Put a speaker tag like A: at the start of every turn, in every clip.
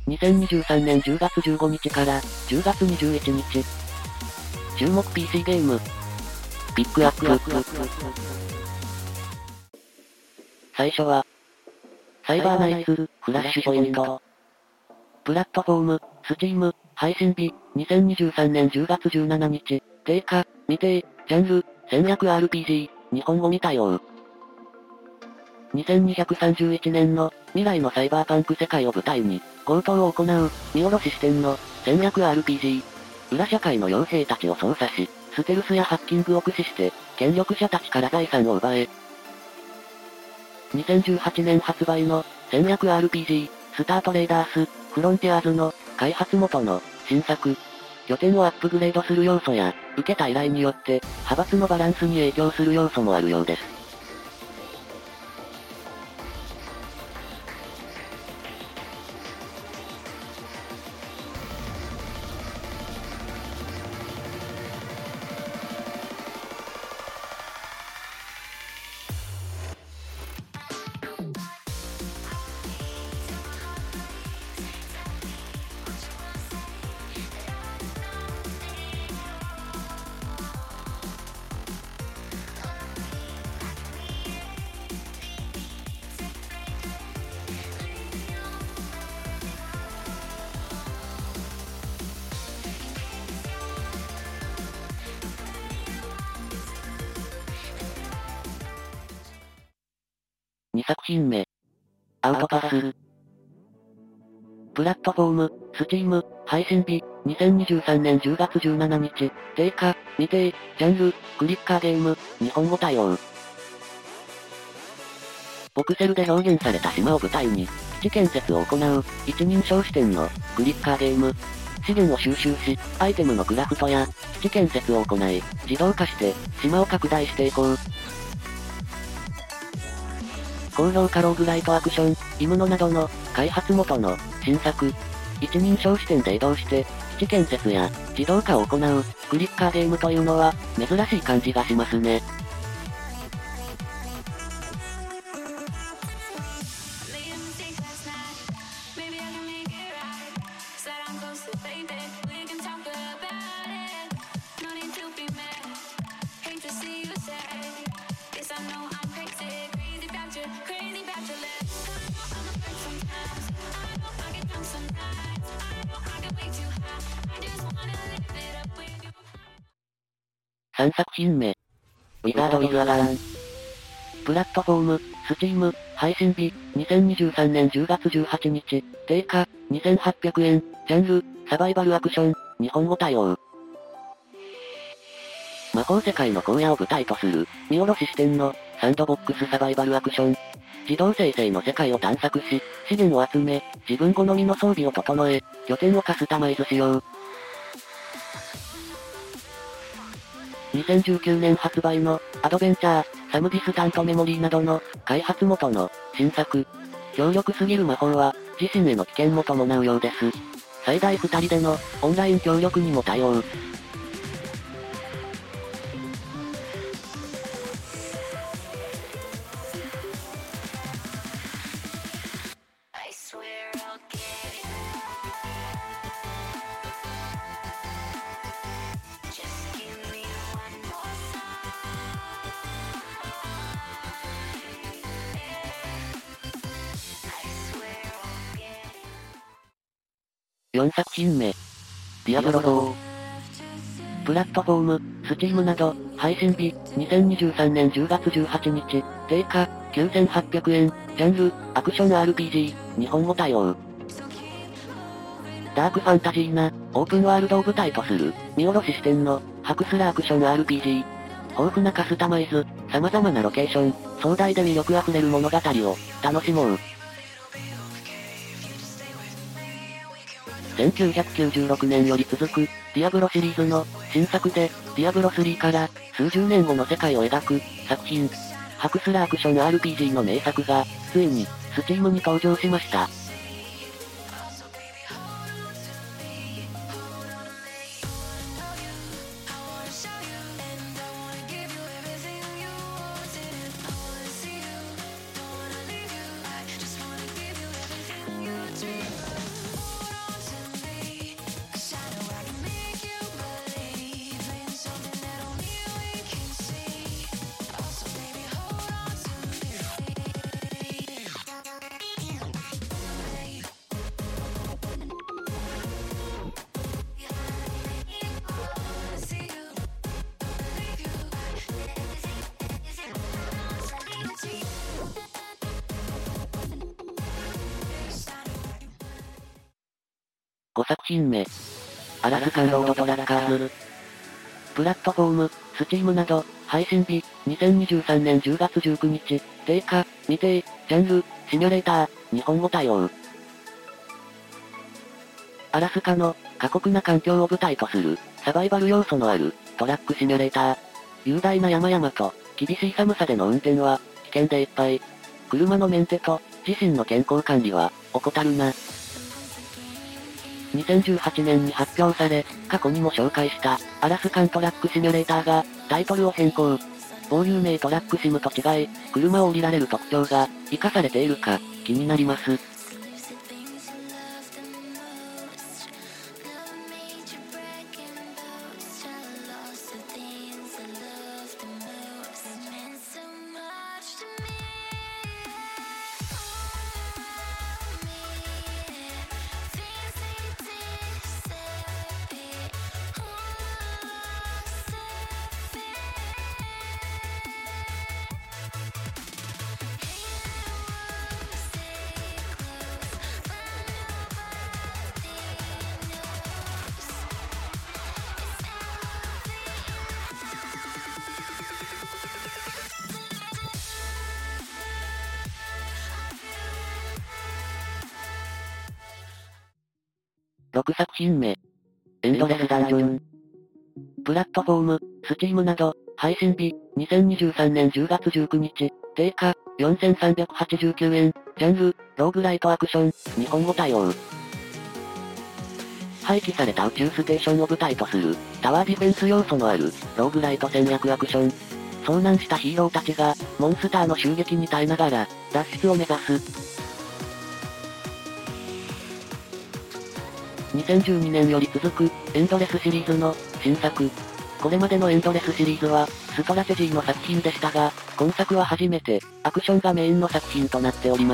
A: 2023年10月15日から10月21日。注目 PC ゲーム。ピックアップ。最初は、サイバーナイツ、フラッシュポイント。プラットフォーム、スチーム、配信日、2023年10月17日。定価、未定、ジャンル、戦略 RPG、日本語未対応。2231年の未来のサイバーパンク世界を舞台に、強盗を行う、見下ろし視点の戦略 RPG。裏社会の傭兵たちを操作し、ステルスやハッキングを駆使して、権力者たちから財産を奪え。2018年発売の戦略 RPG、スタートレーダース、フロンティアーズの開発元の新作。拠点をアップグレードする要素や、受けた依頼によって、派閥のバランスに影響する要素もあるようです。2作品目。アウトパス。プラットフォーム、スチーム、配信日、2023年10月17日。定価、未定、ジャンル、クリッカーゲーム、日本語対応。ポクセルで表現された島を舞台に、基地建設を行う、一人称視点の、クリッカーゲーム。資源を収集し、アイテムのクラフトや、基地建設を行い、自動化して、島を拡大していこう。高評価ローグライトアクション、イムノなどの、開発元の、新作。一人称視点で移動して、基地建設や、自動化を行う、クリッカーゲームというのは、珍しい感じがしますね。3作品目。ウィザード・ウィズ・アガン。プラットフォーム、スチーム、配信日、2023年10月18日。定価、2800円。ジャンル、サバイバルアクション、日本語対応。魔法世界の荒野を舞台とする、見下ろし視点の、サンドボックスサバイバルアクション。自動生成の世界を探索し、資源を集め、自分好みの装備を整え、拠点をカスタマイズしよう。2019年発売の、アドベンチャー、サムディスタントメモリーなどの、開発元の、新作。強力すぎる魔法は、自身への危険も伴うようです。最大2人での、オンライン協力にも対応。4作品目。ディアブロ4。プラットフォーム、スチームなど、配信日、2023年10月18日。定価、9800円。ジャンル、アクション RPG、日本語対応。ダークファンタジーな、オープンワールドを舞台とする、見下ろし視点の、ハクスラーアクション RPG。豊富なカスタマイズ、様々なロケーション、壮大で魅力あふれる物語を、楽しもう。1996年より続く、ディアブロシリーズの、新作で、ディアブロ3から、数十年後の世界を描く、作品。ハクスラーアクション RPG の名作が、ついに、スチームに登場しました。 5作品目。アラスカンロードトラッカーズ。プラットフォーム、スチームなど、配信日、2023年10月19日、定価、未定、ジャンル、シミュレーター、日本語対応。アラスカの、過酷な環境を舞台とする、サバイバル要素のある、トラックシミュレーター。雄大な山々と、厳しい寒さでの運転は、危険でいっぱい。車のメンテと、自身の健康管理は、怠るな。2018年に発表され、過去にも紹介した、アラスカントラックシミュレーターが、タイトルを変更。某有名トラックシムと違い、車を降りられる特徴が、活かされているか、気になります。6作品目。エンドレスダンジョン。プラットフォーム、スチームなど、配信日、2023年10月19日、定価、4389円、ジャンル、ローグライトアクション、日本語対応。廃棄された宇宙ステーションを舞台とする、タワーディフェンス要素のある、ローグライト戦略アクション。遭難したヒーローたちが、モンスターの襲撃に耐えながら、脱出を目指す。2012年より続く、エンドレスシリーズの、新作。これまでのエンドレスシリーズは、ストラテジーの作品でしたが、今作は初めて、アクションがメインの作品となっております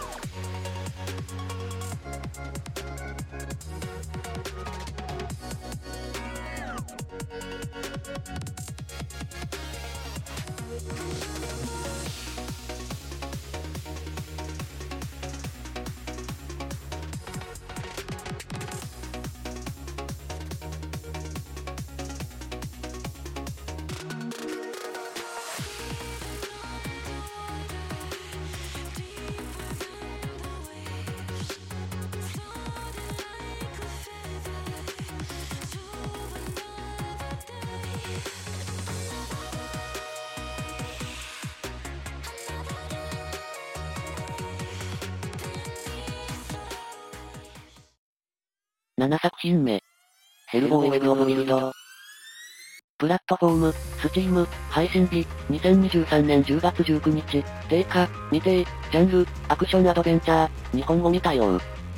A: 。7作品目。ヘルボーイウェブオブビルド。プラットフォーム、スチーム、配信日、2023年10月19日、定価、未定、ジャンル、アクションアドベンチャー、日本語未対応。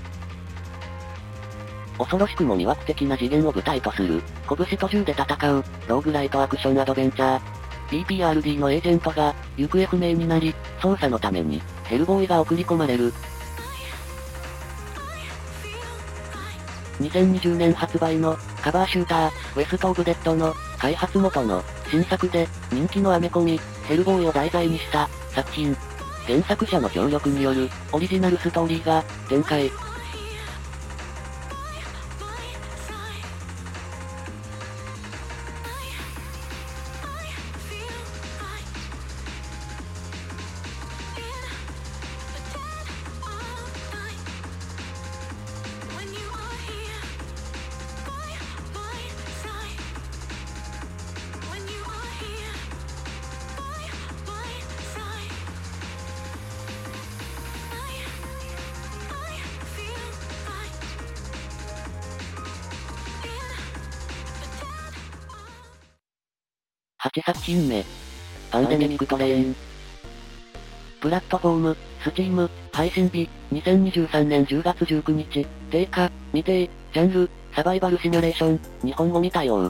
A: 恐ろしくも魅惑的な次元を舞台とする、拳と銃で戦う、ローグライトアクションアドベンチャー。PPRD のエージェントが、行方不明になり、捜査のために、ヘルボーイが送り込まれる。2020年発売の、カバーシューター、ウェスト・オブ・デッドの、開発元の、新作で、人気のアメコミ、ヘルボーイを題材にした、作品。原作者の協力による、オリジナルストーリーが、展開。8作品目。パンデミックトレイン。プラットフォーム、スチーム、配信日、2023年10月19日、定価、未定、ジャンル、サバイバルシミュレーション、日本語未対応。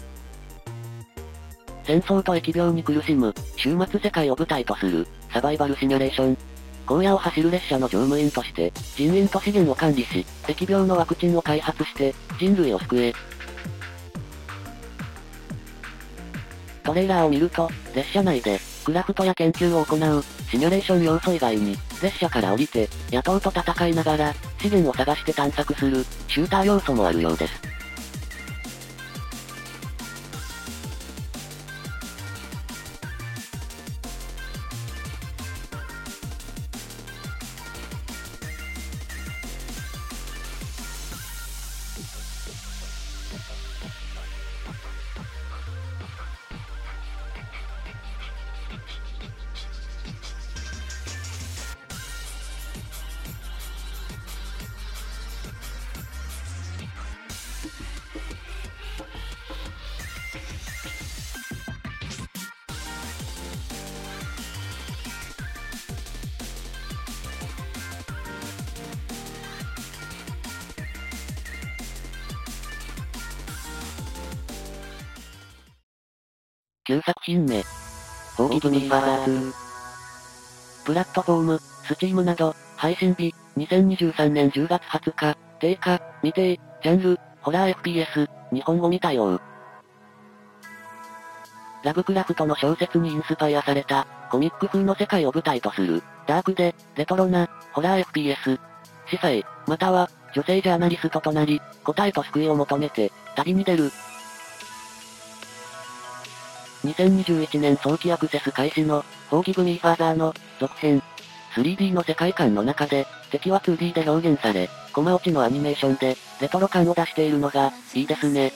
A: 戦争と疫病に苦しむ、終末世界を舞台とする、サバイバルシミュレーション。荒野を走る列車の乗務員として、人員と資源を管理し、疫病のワクチンを開発して、人類を救え。トレーラーを見ると、列車内で、クラフトや研究を行う、シミュレーション要素以外に、列車から降りて、野党と戦いながら、 資源を探して探索する、シューター要素もあるようです。9作品目。フォーギブミーファーザー2。プラットフォーム、スチームなど、配信日、2023年10月20日、定価、未定、ジャンル、ホラー FPS、日本語未対応。ラブクラフトの小説にインスパイアされた、コミック風の世界を舞台とする、ダークで、レトロな、ホラー FPS。司祭、または、女性ジャーナリストとなり、答えと救いを求めて、旅に出る。2021年早期アクセス開始の、フォーギブミーファーザーの、続編。3D の世界観の中で、敵は 2D で表現され、コマ落ちのアニメーションで、レトロ感を出しているのが、いいですね。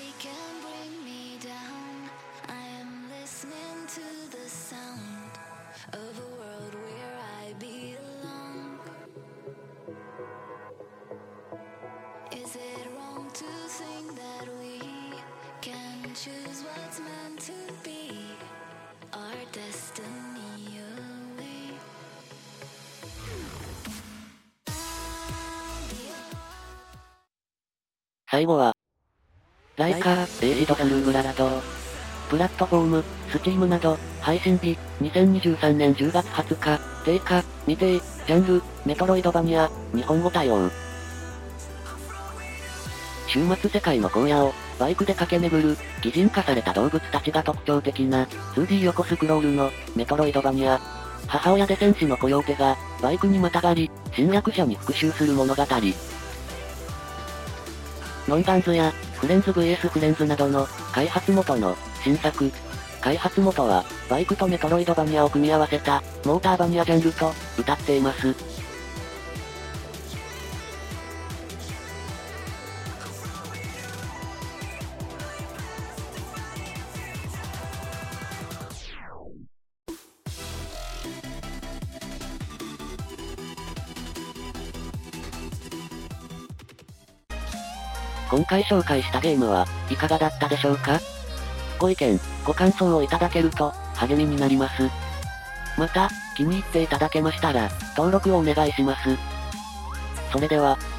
A: 最後は、ライカー、エイジド・スルーブララド。プラットフォーム、スチームなど、配信日、2023年10月20日、定価、未定、ジャンル、メトロイドバニア、日本語対応。終末世界の荒野を、バイクで駆け巡る、擬人化された動物たちが特徴的な、2D 横スクロールの、メトロイドバニア。母親で戦士のコヨーテが、バイクにまたがり、侵略者に復讐する物語。ノンガンズや、フレンズ vs フレンズなどの、開発元の、新作。開発元は、バイクとメトロイドバニアを組み合わせた、モーターバニアジャンルと、謳っています。今回紹介したゲームは、いかがだったでしょうか？ご意見、ご感想をいただけると、励みになります。また、気に入っていただけましたら、登録をお願いします。それでは、